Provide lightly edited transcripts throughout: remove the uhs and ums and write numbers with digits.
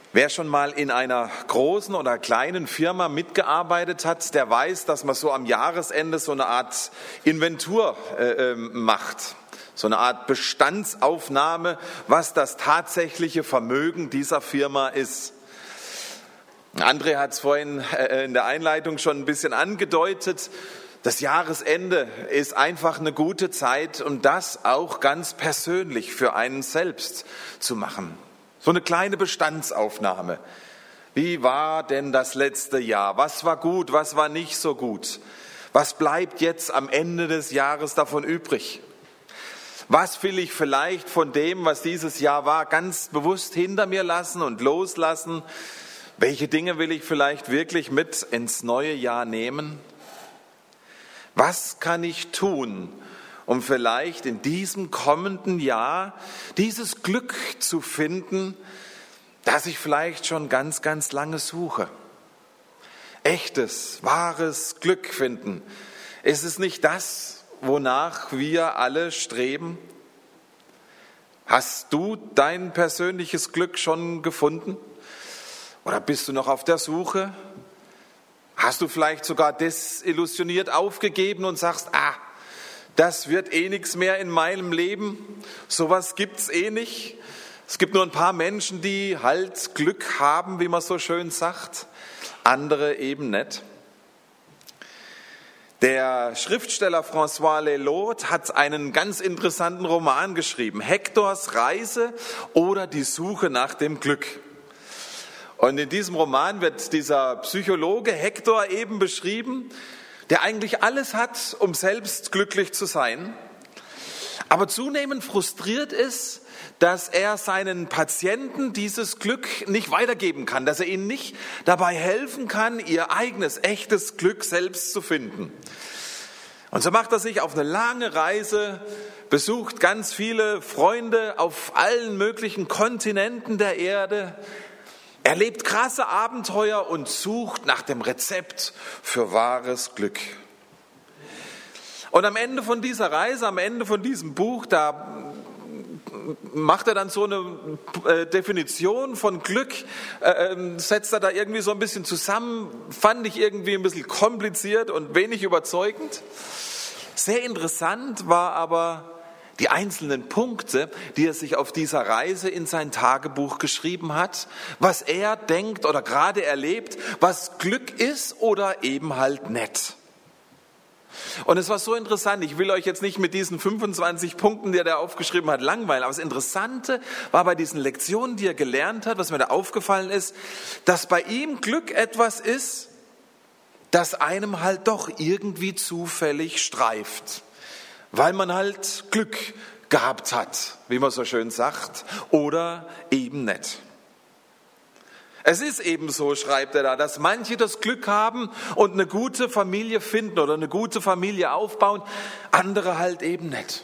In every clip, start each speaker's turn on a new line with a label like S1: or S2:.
S1: Wer schon mal in einer großen oder kleinen Firma mitgearbeitet hat, der weiß, dass man so am Jahresende so eine Art Inventur macht. So eine Art Bestandsaufnahme, was das tatsächliche Vermögen dieser Firma ist. André hat es vorhin in der Einleitung schon ein bisschen angedeutet. Das Jahresende ist einfach eine gute Zeit, um das auch ganz persönlich für einen selbst zu machen. So eine kleine Bestandsaufnahme. Wie war denn das letzte Jahr? Was war gut, was war nicht so gut? Was bleibt jetzt am Ende des Jahres davon übrig? Was will ich vielleicht von dem, was dieses Jahr war, ganz bewusst hinter mir lassen und loslassen? Welche Dinge will ich vielleicht wirklich mit ins neue Jahr nehmen? Was kann ich tun, um vielleicht in diesem kommenden Jahr dieses Glück zu finden, das ich vielleicht schon ganz, ganz lange suche? Echtes, wahres Glück finden. Ist es nicht das, wonach wir alle streben? Hast du dein persönliches Glück schon gefunden? Oder bist du noch auf der Suche? Hast du vielleicht sogar desillusioniert aufgegeben und sagst, das wird eh nichts mehr in meinem Leben, sowas gibt's eh nicht. Es gibt nur ein paar Menschen, die halt Glück haben, wie man so schön sagt, andere eben nicht. Der Schriftsteller François Lelot hat einen ganz interessanten Roman geschrieben, Hektors Reise oder die Suche nach dem Glück. Und in diesem Roman wird dieser Psychologe Hektor eben beschrieben, der eigentlich alles hat, um selbst glücklich zu sein, aber zunehmend frustriert ist, dass er seinen Patienten dieses Glück nicht weitergeben kann, dass er ihnen nicht dabei helfen kann, ihr eigenes, echtes Glück selbst zu finden. Und so macht er sich auf eine lange Reise, besucht ganz viele Freunde auf allen möglichen Kontinenten der Erde, erlebt krasse Abenteuer und sucht nach dem Rezept für wahres Glück. Und am Ende von dieser Reise, am Ende von diesem Buch, da macht er dann so eine Definition von Glück, setzt er da irgendwie so ein bisschen zusammen, fand ich irgendwie ein bisschen kompliziert und wenig überzeugend. Sehr interessant war aber die einzelnen Punkte, die er sich auf dieser Reise in sein Tagebuch geschrieben hat, was er denkt oder gerade erlebt, was Glück ist oder eben halt nicht. Und es war so interessant, ich will euch jetzt nicht mit diesen 25 Punkten, die er da aufgeschrieben hat, langweilen, aber das Interessante war bei diesen Lektionen, die er gelernt hat, was mir da aufgefallen ist, dass bei ihm Glück etwas ist, das einem halt doch irgendwie zufällig streift, weil man halt Glück gehabt hat, wie man so schön sagt, oder eben nicht. Es ist eben so, schreibt er da, dass manche das Glück haben und eine gute Familie finden oder eine gute Familie aufbauen, andere halt eben nicht.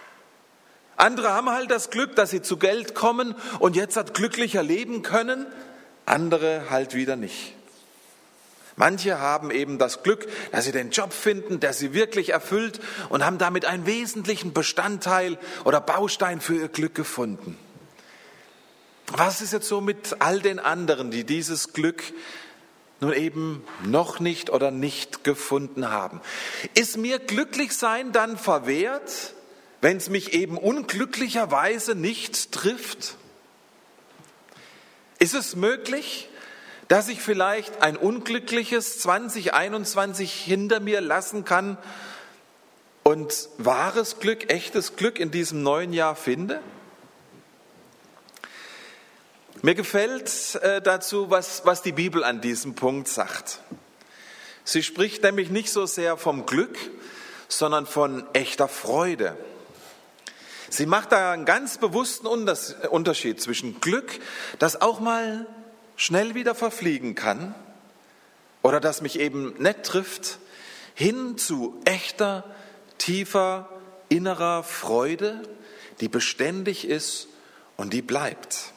S1: Andere haben halt das Glück, dass sie zu Geld kommen und jetzt halt glücklicher leben können, andere halt wieder nicht. Manche haben eben das Glück, dass sie den Job finden, der sie wirklich erfüllt und haben damit einen wesentlichen Bestandteil oder Baustein für ihr Glück gefunden. Was ist jetzt so mit all den anderen, die dieses Glück nun eben noch nicht oder nicht gefunden haben? Ist mir Glücklichsein dann verwehrt, wenn es mich eben unglücklicherweise nicht trifft? Ist es möglich, dass ich vielleicht ein unglückliches 2021 hinter mir lassen kann und wahres Glück, echtes Glück in diesem neuen Jahr finde? Mir gefällt dazu, was die Bibel an diesem Punkt sagt. Sie spricht nämlich nicht so sehr vom Glück, sondern von echter Freude. Sie macht da einen ganz bewussten Unterschied zwischen Glück, das auch mal schnell wieder verfliegen kann oder das mich eben nicht trifft, hin zu echter, tiefer, innerer Freude, die beständig ist und die bleibt.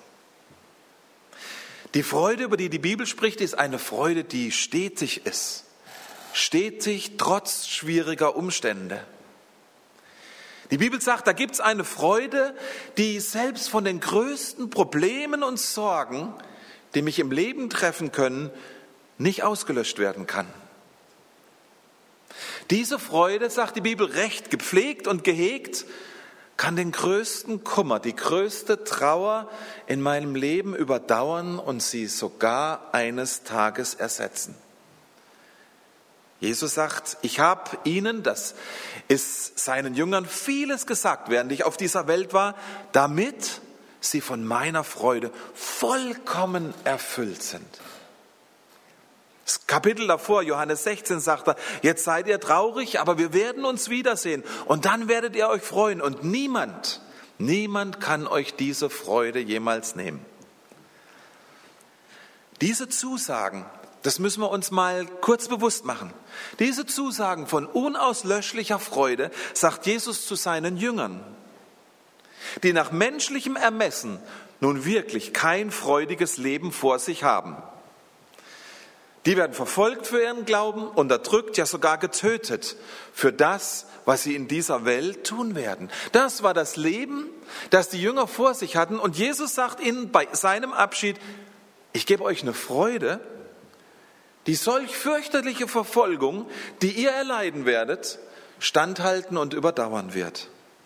S1: Die Freude, über die die Bibel spricht, ist eine Freude, die stetig ist. Stetig trotz schwieriger Umstände. Die Bibel sagt, da gibt es eine Freude, die selbst von den größten Problemen und Sorgen die mich im Leben treffen können, nicht ausgelöscht werden kann. Diese Freude, sagt die Bibel, recht gepflegt und gehegt, kann den größten Kummer, die größte Trauer in meinem Leben überdauern und sie sogar eines Tages ersetzen. Jesus sagt, ich habe ihnen, das ist seinen Jüngern, vieles gesagt, während ich auf dieser Welt war, damit sie von meiner Freude vollkommen erfüllt sind. Das Kapitel davor, Johannes 16, sagt er, jetzt seid ihr traurig, aber wir werden uns wiedersehen und dann werdet ihr euch freuen und niemand kann euch diese Freude jemals nehmen. Diese Zusagen, das müssen wir uns mal kurz bewusst machen. Diese Zusagen von unauslöschlicher Freude sagt Jesus zu seinen Jüngern, die nach menschlichem Ermessen nun wirklich kein freudiges Leben vor sich haben. Die werden verfolgt für ihren Glauben, unterdrückt, ja sogar getötet für das, was sie in dieser Welt tun werden. Das war das Leben, das die Jünger vor sich hatten. Und Jesus sagt ihnen bei seinem Abschied, ich gebe euch eine Freude, die solch fürchterliche Verfolgung, die ihr erleiden werdet, standhalten und überdauern wird.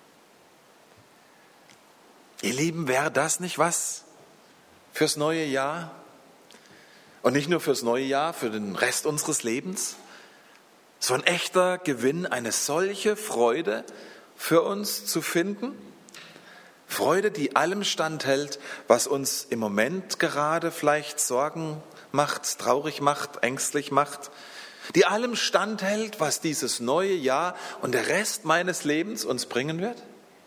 S1: Ihr Lieben, wäre das nicht was fürs neue Jahr? Und nicht nur fürs neue Jahr, für den Rest unseres Lebens? So ein echter Gewinn, eine solche Freude für uns zu finden? Freude, die allem standhält, was uns im Moment gerade vielleicht Sorgen macht, traurig macht, ängstlich macht. Die allem standhält, was dieses neue Jahr und der Rest meines Lebens uns bringen wird?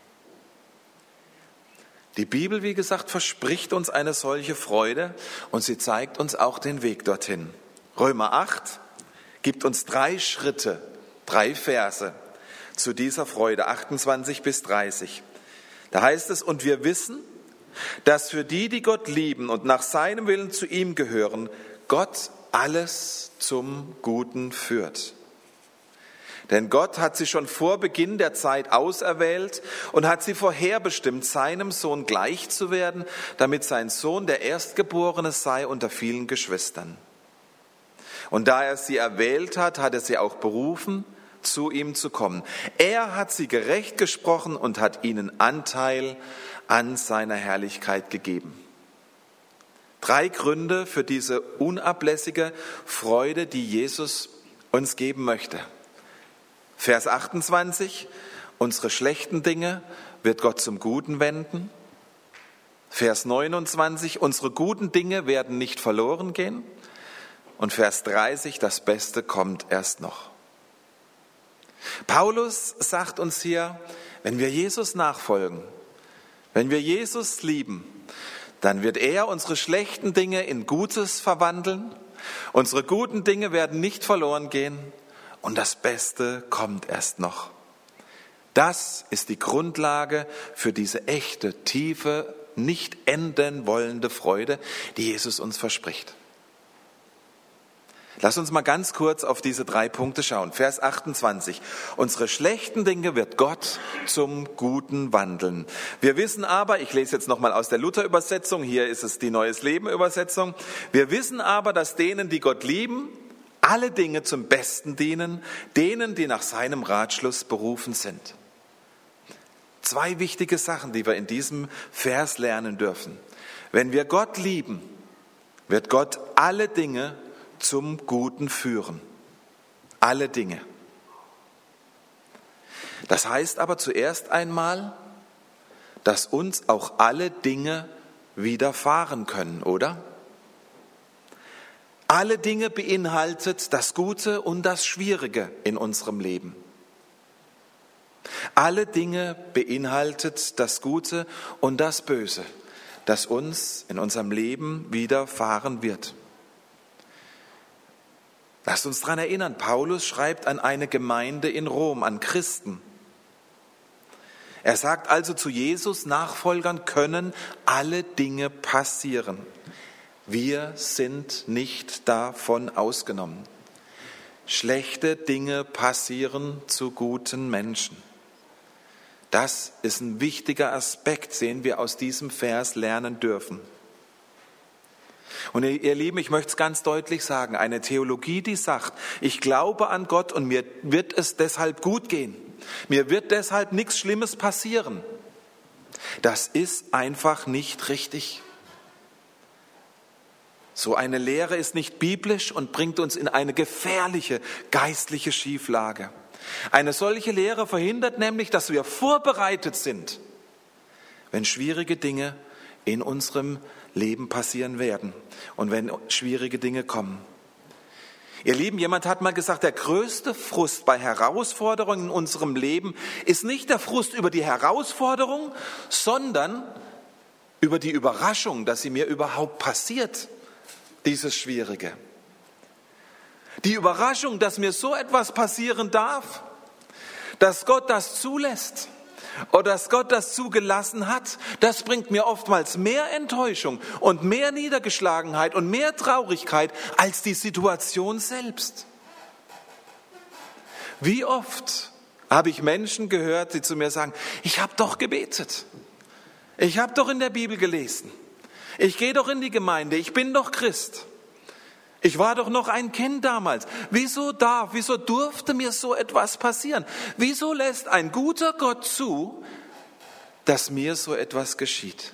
S1: Die Bibel, wie gesagt, verspricht uns eine solche Freude und sie zeigt uns auch den Weg dorthin. Römer 8 gibt uns 3 Schritte, 3 Verse zu dieser Freude, 28 bis 30. Da heißt es, und wir wissen, dass für die, die Gott lieben und nach seinem Willen zu ihm gehören, Gott alles zum Guten führt. Denn Gott hat sie schon vor Beginn der Zeit auserwählt und hat sie vorherbestimmt, seinem Sohn gleich zu werden, damit sein Sohn der Erstgeborene sei unter vielen Geschwistern. Und da er sie erwählt hat, hat er sie auch berufen, zu ihm zu kommen. Er hat sie gerecht gesprochen und hat ihnen Anteil an seiner Herrlichkeit gegeben. 3 Gründe für diese unablässige Freude, die Jesus uns geben möchte. Vers 28, unsere schlechten Dinge wird Gott zum Guten wenden. Vers 29, unsere guten Dinge werden nicht verloren gehen. Und Vers 30, das Beste kommt erst noch. Paulus sagt uns hier, wenn wir Jesus nachfolgen, wenn wir Jesus lieben, dann wird er unsere schlechten Dinge in Gutes verwandeln. Unsere guten Dinge werden nicht verloren gehen. Und das Beste kommt erst noch. Das ist die Grundlage für diese echte, tiefe, nicht enden wollende Freude, die Jesus uns verspricht. Lass uns mal ganz kurz auf diese 3 Punkte schauen. Vers 28. Unsere schlechten Dinge wird Gott zum Guten wandeln. Wir wissen aber, ich lese jetzt nochmal aus der Luther-Übersetzung, hier ist es die Neues Leben-Übersetzung. Wir wissen aber, dass denen, die Gott lieben, alle Dinge zum Besten dienen, denen, die nach seinem Ratschluss berufen sind. 2 wichtige Sachen, die wir in diesem Vers lernen dürfen. Wenn wir Gott lieben, wird Gott alle Dinge zum Guten führen. Alle Dinge. Das heißt aber zuerst einmal, dass uns auch alle Dinge widerfahren können, oder? Alle Dinge beinhaltet das Gute und das Schwierige in unserem Leben. Alle Dinge beinhaltet das Gute und das Böse, das uns in unserem Leben widerfahren wird. Lasst uns daran erinnern, Paulus schreibt an eine Gemeinde in Rom, an Christen. Er sagt also zu Jesus, Nachfolgern können alle Dinge passieren. Wir sind nicht davon ausgenommen. Schlechte Dinge passieren zu guten Menschen. Das ist ein wichtiger Aspekt, den wir aus diesem Vers lernen dürfen. Und ihr Lieben, ich möchte es ganz deutlich sagen, eine Theologie, die sagt, ich glaube an Gott und mir wird es deshalb gut gehen, mir wird deshalb nichts Schlimmes passieren, das ist einfach nicht richtig. So eine Lehre ist nicht biblisch und bringt uns in eine gefährliche geistliche Schieflage. Eine solche Lehre verhindert nämlich, dass wir vorbereitet sind, wenn schwierige Dinge in unserem Leben passieren werden und wenn schwierige Dinge kommen. Ihr Lieben, jemand hat mal gesagt, der größte Frust bei Herausforderungen in unserem Leben ist nicht der Frust über die Herausforderung, sondern über die Überraschung, dass sie mir überhaupt passiert, dieses Schwierige. Die Überraschung, dass mir so etwas passieren darf, dass Gott das zulässt oder dass Gott das zugelassen hat, das bringt mir oftmals mehr Enttäuschung und mehr Niedergeschlagenheit und mehr Traurigkeit als die Situation selbst. Wie oft habe ich Menschen gehört, die zu mir sagen, ich habe doch gebetet, ich habe doch in der Bibel gelesen, ich gehe doch in die Gemeinde, ich bin doch Christ. Ich war doch noch ein Kind damals. Wieso durfte mir so etwas passieren? Wieso lässt ein guter Gott zu, dass mir so etwas geschieht?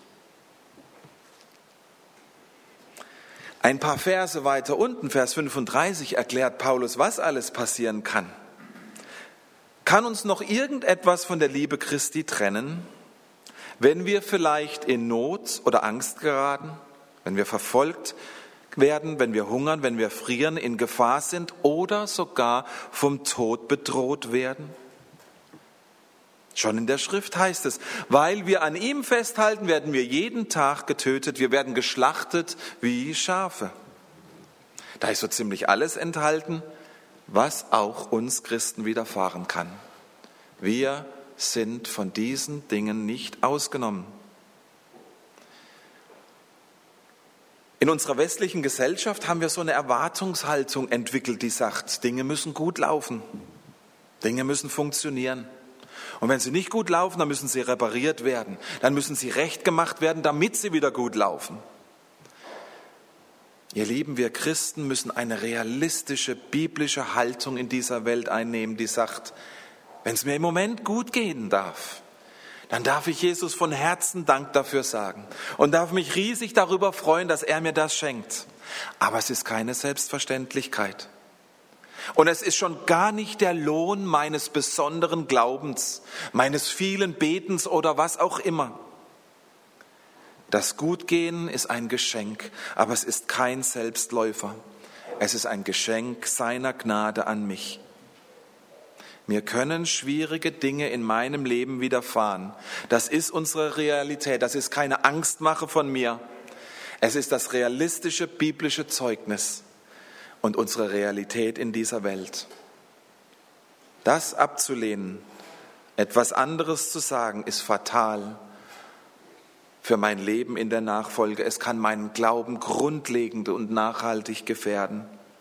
S1: Ein paar Verse weiter unten, Vers 35, erklärt Paulus, was alles passieren kann. Kann uns noch irgendetwas von der Liebe Christi trennen, wenn wir vielleicht in Not oder Angst geraten, wenn wir verfolgt werden, wenn wir hungern, wenn wir frieren, in Gefahr sind oder sogar vom Tod bedroht werden? Schon in der Schrift heißt es, weil wir an ihm festhalten, werden wir jeden Tag getötet, wir werden geschlachtet wie Schafe. Da ist so ziemlich alles enthalten, was auch uns Christen widerfahren kann. Wir sind von diesen Dingen nicht ausgenommen. In unserer westlichen Gesellschaft haben wir so eine Erwartungshaltung entwickelt, die sagt, Dinge müssen gut laufen, Dinge müssen funktionieren. Und wenn sie nicht gut laufen, dann müssen sie repariert werden, dann müssen sie recht gemacht werden, damit sie wieder gut laufen. Ihr Lieben, wir Christen müssen eine realistische, biblische Haltung in dieser Welt einnehmen, die sagt, wenn es mir im Moment gut gehen darf, dann darf ich Jesus von Herzen Dank dafür sagen und darf mich riesig darüber freuen, dass er mir das schenkt. Aber es ist keine Selbstverständlichkeit. Und es ist schon gar nicht der Lohn meines besonderen Glaubens, meines vielen Betens oder was auch immer. Das Gutgehen ist ein Geschenk, aber es ist kein Selbstläufer. Es ist ein Geschenk seiner Gnade an mich. Mir können schwierige Dinge in meinem Leben widerfahren. Das ist unsere Realität. Das ist keine Angstmache von mir. Es ist das realistische biblische Zeugnis und unsere Realität in dieser Welt. Das abzulehnen, etwas anderes zu sagen, ist fatal für mein Leben in der Nachfolge. Es kann meinen Glauben grundlegend und nachhaltig gefährden.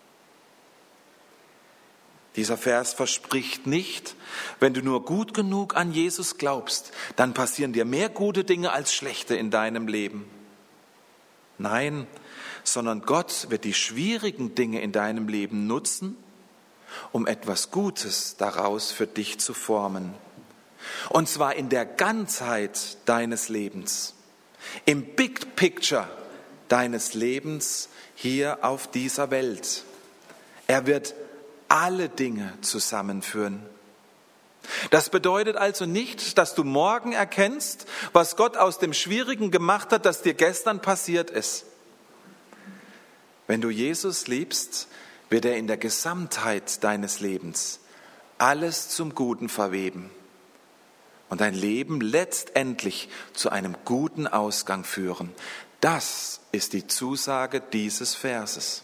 S1: Dieser Vers verspricht nicht, wenn du nur gut genug an Jesus glaubst, dann passieren dir mehr gute Dinge als schlechte in deinem Leben. Nein, sondern Gott wird die schwierigen Dinge in deinem Leben nutzen, um etwas Gutes daraus für dich zu formen. Und zwar in der Ganzheit deines Lebens, im Big Picture deines Lebens hier auf dieser Welt. Er wird alle Dinge zusammenführen. Das bedeutet also nicht, dass du morgen erkennst, was Gott aus dem Schwierigen gemacht hat, das dir gestern passiert ist. Wenn du Jesus liebst, wird er in der Gesamtheit deines Lebens alles zum Guten verweben und dein Leben letztendlich zu einem guten Ausgang führen. Das ist die Zusage dieses Verses.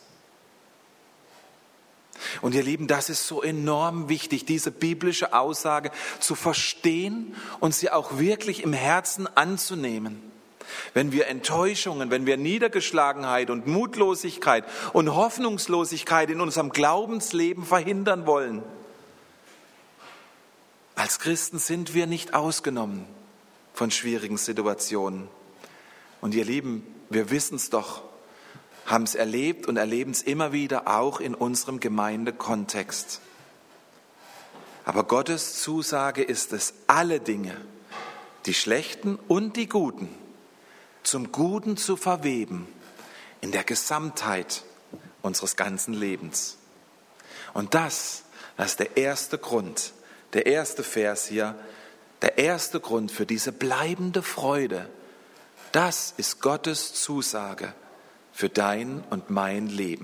S1: Und ihr Lieben, das ist so enorm wichtig, diese biblische Aussage zu verstehen und sie auch wirklich im Herzen anzunehmen. Wenn wir Enttäuschungen, wenn wir Niedergeschlagenheit und Mutlosigkeit und Hoffnungslosigkeit in unserem Glaubensleben verhindern wollen. Als Christen sind wir nicht ausgenommen von schwierigen Situationen. Und ihr Lieben, wir wissen es doch. haben es erlebt und erleben es immer wieder, auch in unserem Gemeindekontext. Aber Gottes Zusage ist es, alle Dinge, die schlechten und die guten, zum Guten zu verweben in der Gesamtheit unseres ganzen Lebens. Und das ist der erste Grund, der erste Vers hier, der erste Grund für diese bleibende Freude. Das ist Gottes Zusage für dein und mein Leben.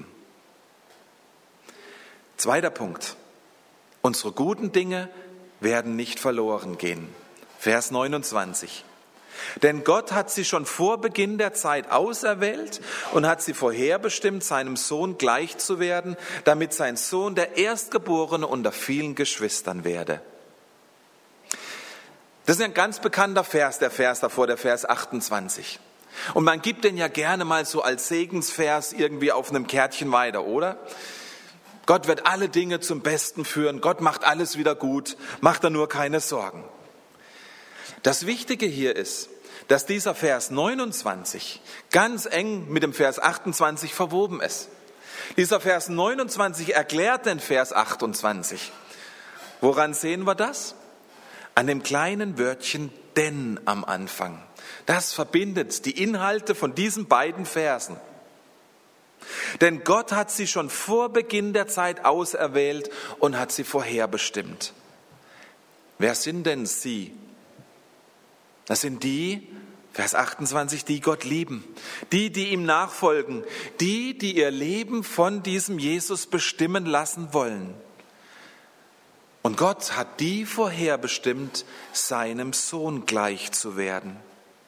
S1: Zweiter Punkt. Unsere guten Dinge werden nicht verloren gehen. Vers 29. Denn Gott hat sie schon vor Beginn der Zeit auserwählt und hat sie vorherbestimmt, seinem Sohn gleich zu werden, damit sein Sohn der Erstgeborene unter vielen Geschwistern werde. Das ist ein ganz bekannter Vers, der Vers davor, der Vers 28. Und man gibt den ja gerne mal so als Segensvers irgendwie auf einem Kärtchen weiter, oder? Gott wird alle Dinge zum Besten führen, Gott macht alles wieder gut, macht er nur keine Sorgen. Das Wichtige hier ist, dass dieser Vers 29 ganz eng mit dem Vers 28 verwoben ist. Dieser Vers 29 erklärt den Vers 28. Woran sehen wir das? An dem kleinen Wörtchen denn am Anfang. Das verbindet die Inhalte von diesen beiden Versen. Denn Gott hat sie schon vor Beginn der Zeit auserwählt und hat sie vorherbestimmt. Wer sind denn sie? Das sind die, Vers 28, die Gott lieben, die ihm nachfolgen, die ihr Leben von diesem Jesus bestimmen lassen wollen. Und Gott hat die vorherbestimmt, seinem Sohn gleich zu werden.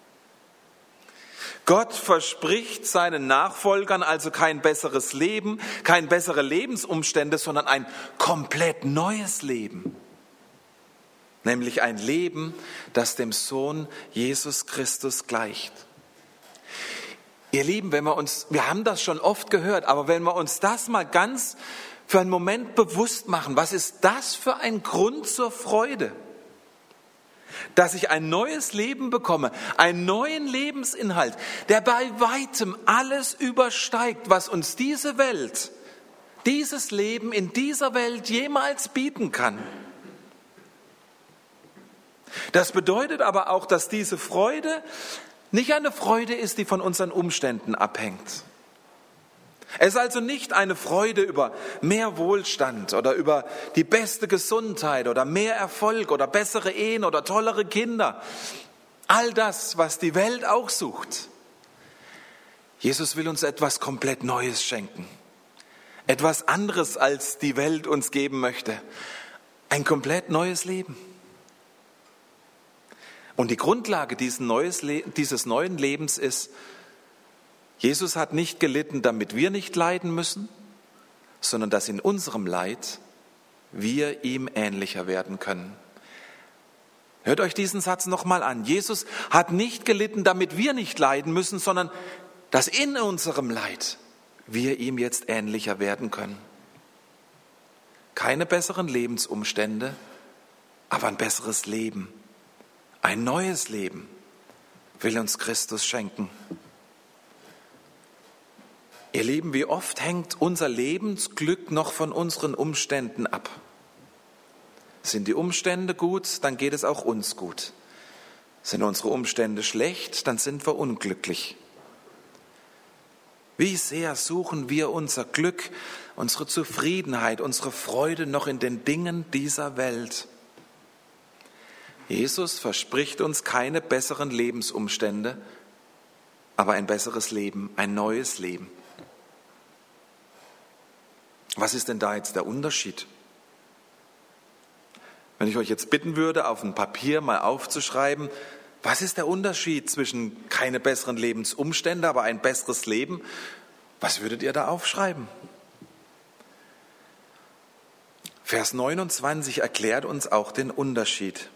S1: Gott verspricht seinen Nachfolgern also kein besseres Leben, keine bessere Lebensumstände, sondern ein komplett neues Leben. Nämlich ein Leben, das dem Sohn Jesus Christus gleicht. Ihr Lieben, wir haben das schon oft gehört, aber wenn wir uns das mal ganz für einen Moment bewusst machen, was ist das für ein Grund zur Freude? Dass ich ein neues Leben bekomme, einen neuen Lebensinhalt, der bei weitem alles übersteigt, was uns diese Welt, dieses Leben in dieser Welt jemals bieten kann. Das bedeutet aber auch, dass diese Freude nicht eine Freude ist, die von unseren Umständen abhängt. Es ist also nicht eine Freude über mehr Wohlstand oder über die beste Gesundheit oder mehr Erfolg oder bessere Ehen oder tollere Kinder. All das, was die Welt auch sucht. Jesus will uns etwas komplett Neues schenken. Etwas anderes, als die Welt uns geben möchte. Ein komplett neues Leben. Und die Grundlage dieses neuen Lebens ist, Jesus hat nicht gelitten, damit wir nicht leiden müssen, sondern dass in unserem Leid wir ihm ähnlicher werden können. Hört euch diesen Satz nochmal an. Jesus hat nicht gelitten, damit wir nicht leiden müssen, sondern dass in unserem Leid wir ihm jetzt ähnlicher werden können. Keine besseren Lebensumstände, aber ein besseres Leben. Ein neues Leben will uns Christus schenken. Ihr Lieben, wie oft hängt unser Lebensglück noch von unseren Umständen ab? Sind die Umstände gut, dann geht es auch uns gut. Sind unsere Umstände schlecht, dann sind wir unglücklich. Wie sehr suchen wir unser Glück, unsere Zufriedenheit, unsere Freude noch in den Dingen dieser Welt? Jesus verspricht uns keine besseren Lebensumstände, aber ein besseres Leben, ein neues Leben. Was ist denn da jetzt der Unterschied? Wenn ich euch jetzt bitten würde, auf ein Papier mal aufzuschreiben, was ist der Unterschied zwischen keine besseren Lebensumstände, aber ein besseres Leben? Was würdet ihr da aufschreiben? Vers 29 erklärt uns auch den Unterschied.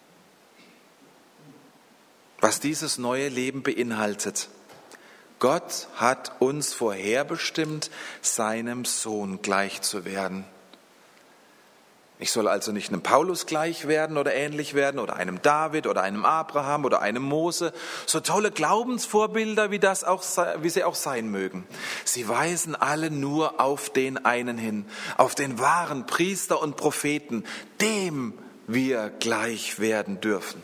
S1: Was dieses neue Leben beinhaltet. Gott hat uns vorherbestimmt, seinem Sohn gleich zu werden. Ich soll also nicht einem Paulus gleich werden oder ähnlich werden oder einem David oder einem Abraham oder einem Mose. So tolle Glaubensvorbilder, wie sie auch sein mögen. Sie weisen alle nur auf den einen hin, auf den wahren Priester und Propheten, dem wir gleich werden dürfen.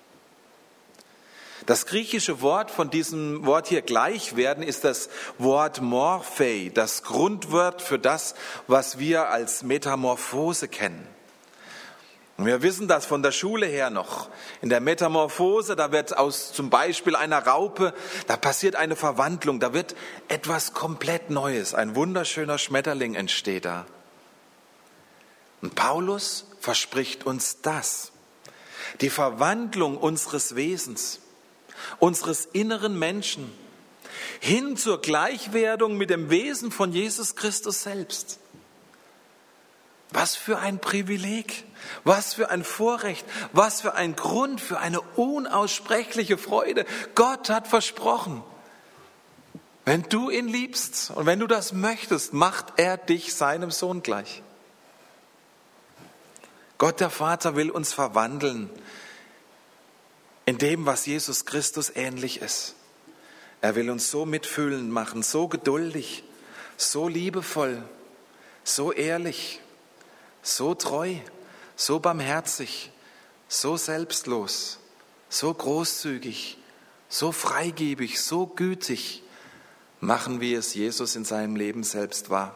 S1: Das griechische Wort von diesem Wort hier gleich werden ist das Wort Morphei, das Grundwort für das, was wir als Metamorphose kennen. Und wir wissen das von der Schule her noch. In der Metamorphose, da wird aus zum Beispiel einer Raupe, da passiert eine Verwandlung, da wird etwas komplett Neues, ein wunderschöner Schmetterling entsteht da. Und Paulus verspricht uns das, die Verwandlung unseres Wesens, unseres inneren Menschen, hin zur Gleichwerdung mit dem Wesen von Jesus Christus selbst. Was für ein Privileg, was für ein Vorrecht, was für ein Grund, für eine unaussprechliche Freude. Gott hat versprochen, wenn du ihn liebst und wenn du das möchtest, macht er dich seinem Sohn gleich. Gott der Vater will uns verwandeln in dem, was Jesus Christus ähnlich ist. Er will uns so mitfühlend machen, so geduldig, so liebevoll, so ehrlich, so treu, so barmherzig, so selbstlos, so großzügig, so freigebig, so gütig machen, wie es Jesus in seinem Leben selbst war.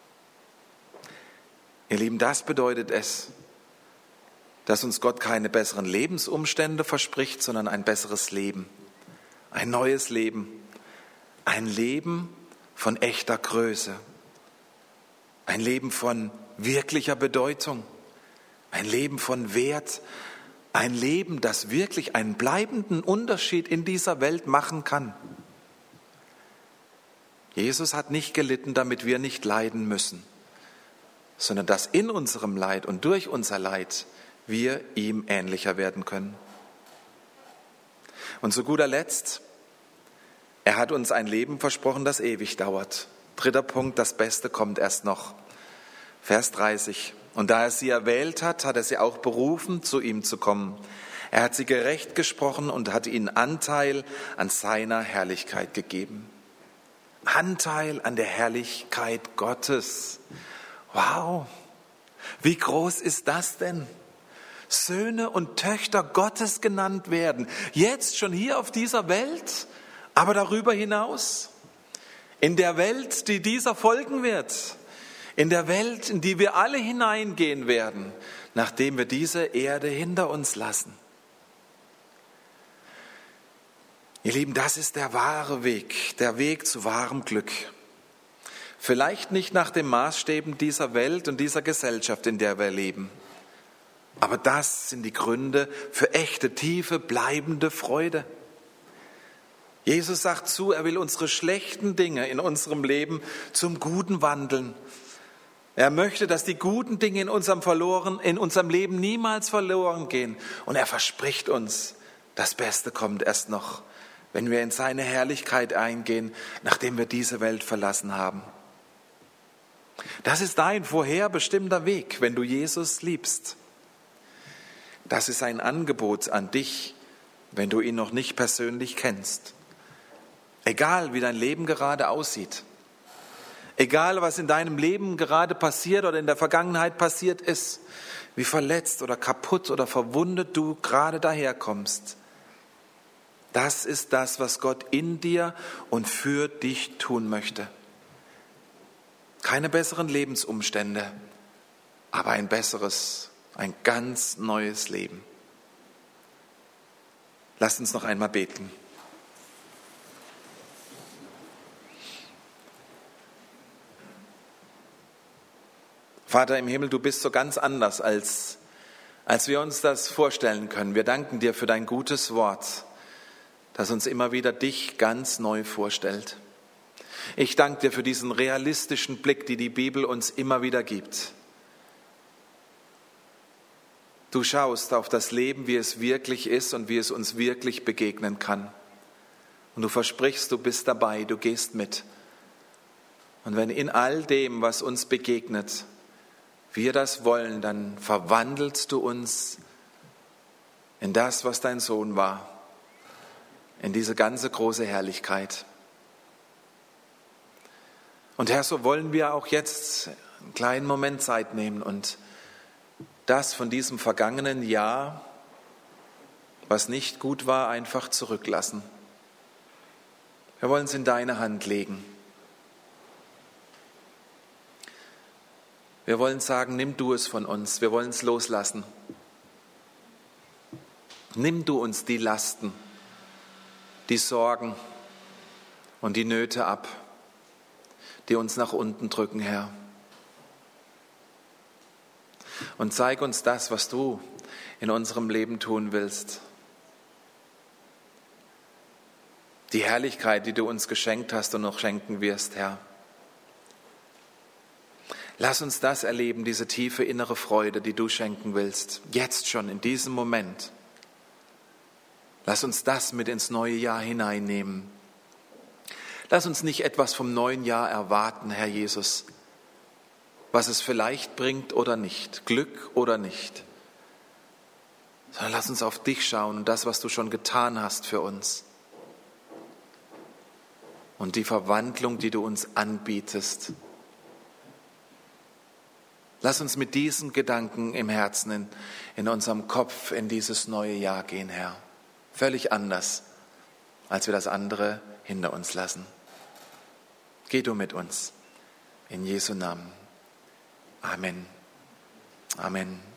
S1: Ihr Lieben, das bedeutet es, dass uns Gott keine besseren Lebensumstände verspricht, sondern ein besseres Leben, ein neues Leben, ein Leben von echter Größe, ein Leben von wirklicher Bedeutung, ein Leben von Wert, ein Leben, das wirklich einen bleibenden Unterschied in dieser Welt machen kann. Jesus hat nicht gelitten, damit wir nicht leiden müssen, sondern dass in unserem Leid und durch unser Leid wir ihm ähnlicher werden können. Und zu guter Letzt, er hat uns ein Leben versprochen, das ewig dauert. 3. Punkt, das Beste kommt erst noch. Vers 30. Und da er sie erwählt hat, hat er sie auch berufen, zu ihm zu kommen. Er hat sie gerecht gesprochen und hat ihnen Anteil an seiner Herrlichkeit gegeben. Anteil an der Herrlichkeit Gottes. Wow, wie groß ist das denn? Söhne und Töchter Gottes genannt werden. Jetzt schon hier auf dieser Welt, aber darüber hinaus. In der Welt, die dieser folgen wird. In der Welt, in die wir alle hineingehen werden, nachdem wir diese Erde hinter uns lassen. Ihr Lieben, das ist der wahre Weg, der Weg zu wahrem Glück. Vielleicht nicht nach den Maßstäben dieser Welt und dieser Gesellschaft, in der wir leben. Aber das sind die Gründe für echte, tiefe, bleibende Freude. Jesus sagt zu, er will unsere schlechten Dinge in unserem Leben zum Guten wandeln. Er möchte, dass die guten Dinge in unserem Leben niemals verloren gehen. Und er verspricht uns, das Beste kommt erst noch, wenn wir in seine Herrlichkeit eingehen, nachdem wir diese Welt verlassen haben. Das ist dein vorherbestimmter Weg, wenn du Jesus liebst. Das ist ein Angebot an dich, wenn du ihn noch nicht persönlich kennst. Egal, wie dein Leben gerade aussieht. Egal, was in deinem Leben gerade passiert oder in der Vergangenheit passiert ist. Wie verletzt oder kaputt oder verwundet du gerade daherkommst. Das ist das, was Gott in dir und für dich tun möchte. Keine besseren Lebensumstände, aber ein besseres, ein ganz neues Leben. Lasst uns noch einmal beten. Vater im Himmel, du bist so ganz anders, als wir uns das vorstellen können. Wir danken dir für dein gutes Wort, das uns immer wieder dich ganz neu vorstellt. Ich danke dir für diesen realistischen Blick, den die Bibel uns immer wieder gibt. Du schaust auf das Leben, wie es wirklich ist und wie es uns wirklich begegnen kann. Und du versprichst, du bist dabei, du gehst mit. Und wenn in all dem, was uns begegnet, wir das wollen, dann verwandelst du uns in das, was dein Sohn war, in diese ganze große Herrlichkeit. Und Herr, so wollen wir auch jetzt einen kleinen Moment Zeit nehmen und das von diesem vergangenen Jahr, was nicht gut war, einfach zurücklassen. Wir wollen es in deine Hand legen. Wir wollen sagen, nimm du es von uns. Wir wollen es loslassen. Nimm du uns die Lasten, die Sorgen und die Nöte ab, die uns nach unten drücken, Herr. Und zeig uns das, was du in unserem Leben tun willst. Die Herrlichkeit, die du uns geschenkt hast und noch schenken wirst, Herr. Lass uns das erleben, diese tiefe innere Freude, die du schenken willst, jetzt schon, in diesem Moment. Lass uns das mit ins neue Jahr hineinnehmen. Lass uns nicht etwas vom neuen Jahr erwarten, Herr Jesus, was es vielleicht bringt oder nicht, Glück oder nicht, sondern lass uns auf dich schauen und das, was du schon getan hast für uns. Und die Verwandlung, die du uns anbietest. Lass uns mit diesen Gedanken im Herzen, in unserem Kopf in dieses neue Jahr gehen, Herr. Völlig anders, als wir das andere hinter uns lassen. Geh du mit uns. In Jesu Namen. Amen. Amen.